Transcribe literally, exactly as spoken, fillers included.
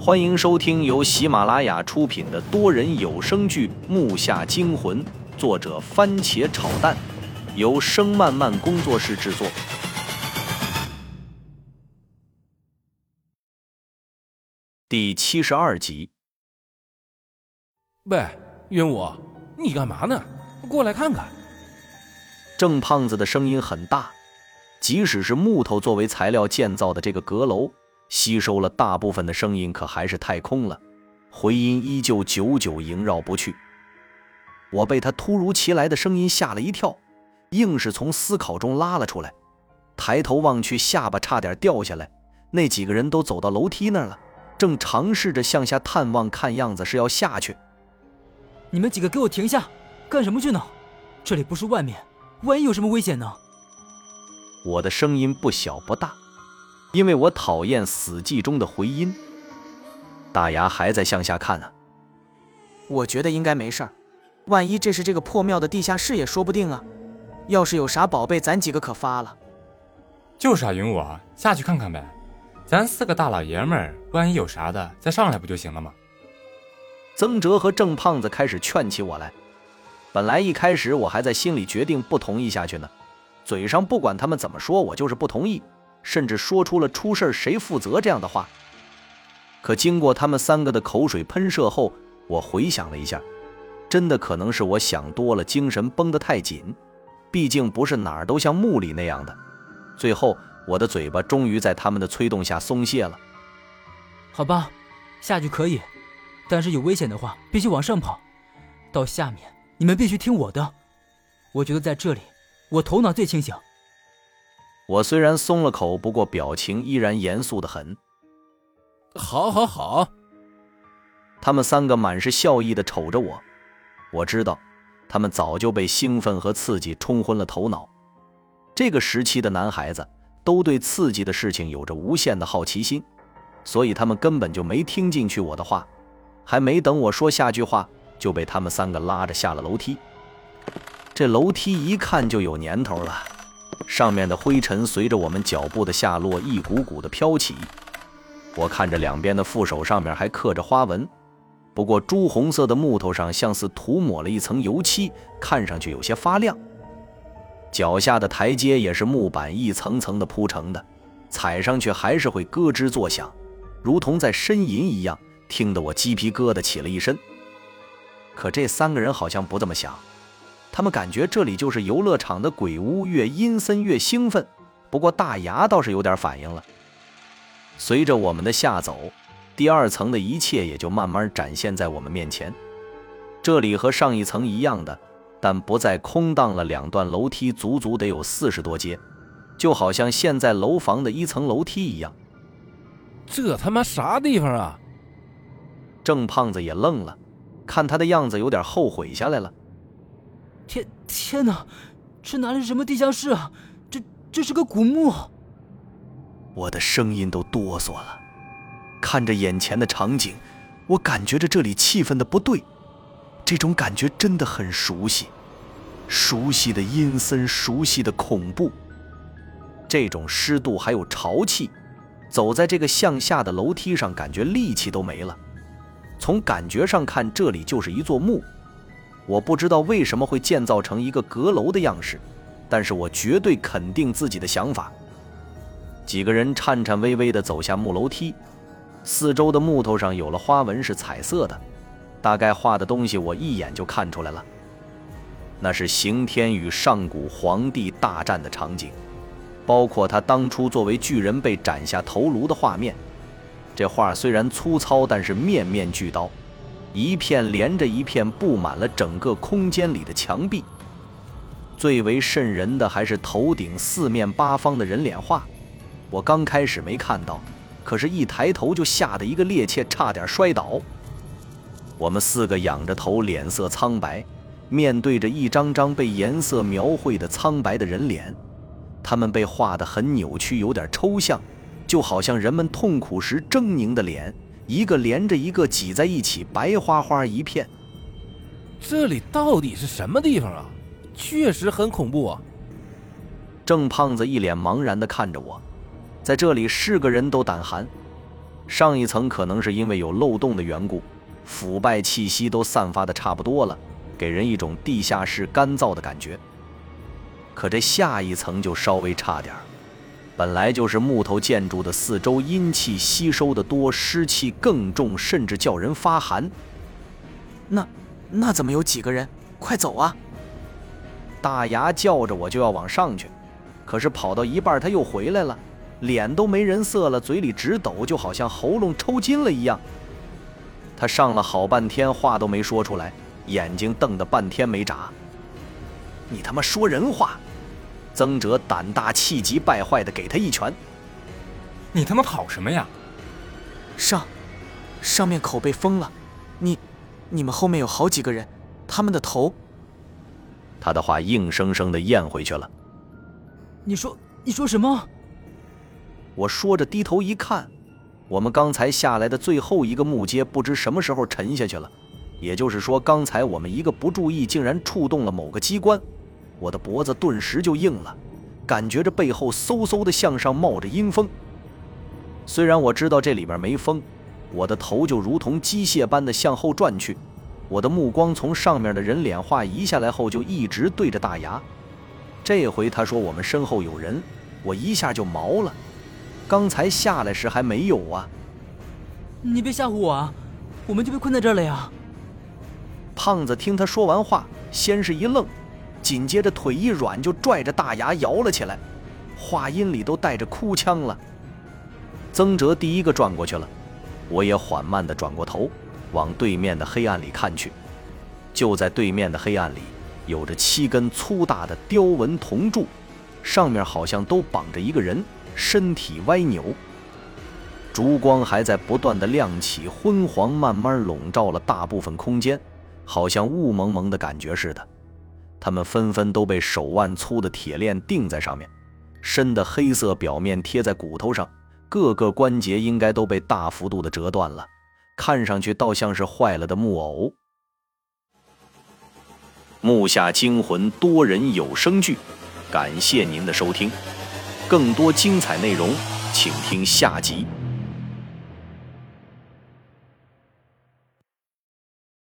欢迎收听由喜马拉雅出品的多人有声剧《木下惊魂》，作者番茄炒蛋，由声漫漫工作室制作。第七十二集。 喂，云武，你干嘛呢？过来看看。 郑胖子的声音很大，即使是木头作为材料建造的这个阁楼，吸收了大部分的声音，可还是太空了，回音依旧久久萦绕不去。我被他突如其来的声音吓了一跳，硬是从思考中拉了出来，抬头望去，下巴差点掉下来。那几个人都走到楼梯那儿了，正尝试着向下探望，看样子是要下去。 你们几个给我停下，干什么去呢？这里不是外面，万一有什么危险呢？ 我的声音不小不大，因为我讨厌死寂中的回音。大牙还在向下看啊。 我觉得应该没事儿，万一这是这个破庙的地下室也说不定啊。要是有啥宝贝，咱几个可发了。 就是啊，云武，下去看看呗。咱四个大老爷们儿，万一有啥的，再上来不就行了吗？ 曾哲和郑胖子开始劝起我来。本来一开始我还在心里决定不同意下去呢，嘴上不管他们怎么说，我就是不同意，甚至说出了出事谁负责这样的话。可经过他们三个的口水喷射后，我回想了一下，真的可能是我想多了，精神绷得太紧，毕竟不是哪儿都像墓里那样的。最后我的嘴巴终于在他们的催动下松懈了。 好吧，下去可以，但是有危险的话必须往上跑，到下面你们必须听我的。我觉得在这里我头脑最清醒。 我虽然松了口，不过表情依然严肃得很。 好好好。 他们三个满是笑意地瞅着我，我知道他们早就被兴奋和刺激冲昏了头脑。这个时期的男孩子都对刺激的事情有着无限的好奇心，所以他们根本就没听进去我的话。还没等我说下句话，就被他们三个拉着下了楼梯。这楼梯一看就有年头了，上面的灰尘随着我们脚步的下落一股股的飘起。我看着两边的扶手上面还刻着花纹，不过朱红色的木头上像是涂抹了一层油漆，看上去有些发亮。脚下的台阶也是木板一层层的铺成的，踩上去还是会咯吱作响，如同在呻吟一样，听得我鸡皮疙瘩起了一身。可这三个人好像不这么想，他们感觉这里就是游乐场的鬼屋，越阴森越兴奋。不过大牙倒是有点反应了。随着我们的下走，第二层的一切也就慢慢展现在我们面前。这里和上一层一样的，但不再空荡了两段楼梯，足足得有四十多阶，就好像现在楼房的一层楼梯一样。 这他妈啥地方啊？ 郑胖子也愣了，看他的样子有点后悔下来了。 天天哪，这哪里是什么地下室啊？这这是个古墓。 我的声音都哆嗦了，看着眼前的场景，我感觉着这里气氛的不对，这种感觉真的很熟悉，熟悉的阴森，熟悉的恐怖。这种湿度还有潮气，走在这个向下的楼梯上，感觉力气都没了。从感觉上看，这里就是一座墓。我不知道为什么会建造成一个阁楼的样式，但是我绝对肯定自己的想法。几个人颤颤巍巍地走下木楼梯，四周的木头上有了花纹，是彩色的，大概画的东西我一眼就看出来了，那是刑天与上古皇帝大战的场景，包括他当初作为巨人被斩下头颅的画面。这画虽然粗糙，但是面面俱到，一片连着一片，布满了整个空间里的墙壁。最为瘆人的还是头顶四面八方的人脸画，我刚开始没看到，可是一抬头就吓得一个趔趄，差点摔倒。我们四个仰着头，脸色苍白，面对着一张张被颜色描绘的苍白的人脸，他们被画得很扭曲，有点抽象，就好像人们痛苦时狰狞的脸，一个连着一个挤在一起，白花花一片。 这里到底是什么地方啊？确实很恐怖啊。 郑胖子一脸茫然地看着我，在这里是个人都胆寒。 上一层可能是因为有漏洞的缘故，腐败气息都散发的差不多了，给人一种地下室干燥的感觉。可这下一层就稍微差点，本来就是木头建筑的四周阴气吸收的多，湿气更重，甚至叫人发寒。 那那怎么有几个人？快走啊！ 大牙叫着我就要往上去，可是跑到一半他又回来了，脸都没人色了，嘴里直抖，就好像喉咙抽筋了一样。他上了好半天，话都没说出来，眼睛瞪得半天没眨。你他妈说人话！曾哲胆大气急败坏地给他一拳。 你他妈跑什么呀？ 上，上面口被封了，你，你们后面有好几个人，他们的头。 他的话硬生生地咽回去了。 你说，你说什么？ 我说着低头一看，我们刚才下来的最后一个木阶不知什么时候沉下去了，也就是说刚才我们一个不注意竟然触动了某个机关，我的脖子顿时就硬了，感觉着背后嗖嗖的向上冒着阴风。虽然我知道这里边没风，我的头就如同机械般的向后转去，我的目光从上面的人脸画移下来后就一直对着大牙。这回他说我们身后有人，我一下就毛了，刚才下来时还没有啊。 你别吓唬我啊，我们就被困在这儿了呀。 胖子听他说完话，先是一愣，紧接着腿一软就拽着大牙摇了起来，话音里都带着哭腔了。曾哲第一个转过去了，我也缓慢地转过头往对面的黑暗里看去。就在对面的黑暗里有着七根粗大的雕纹铜柱，上面好像都绑着一个人，身体歪扭，烛光还在不断的亮起，昏黄慢慢笼罩了大部分空间，好像雾蒙蒙的感觉似的。他们纷纷都被手腕粗的铁链钉在上面，深的黑色表面贴在骨头上，各个关节应该都被大幅度的折断了，看上去倒像是坏了的木偶。木下惊魂多人有声剧，感谢您的收听，更多精彩内容请听下集。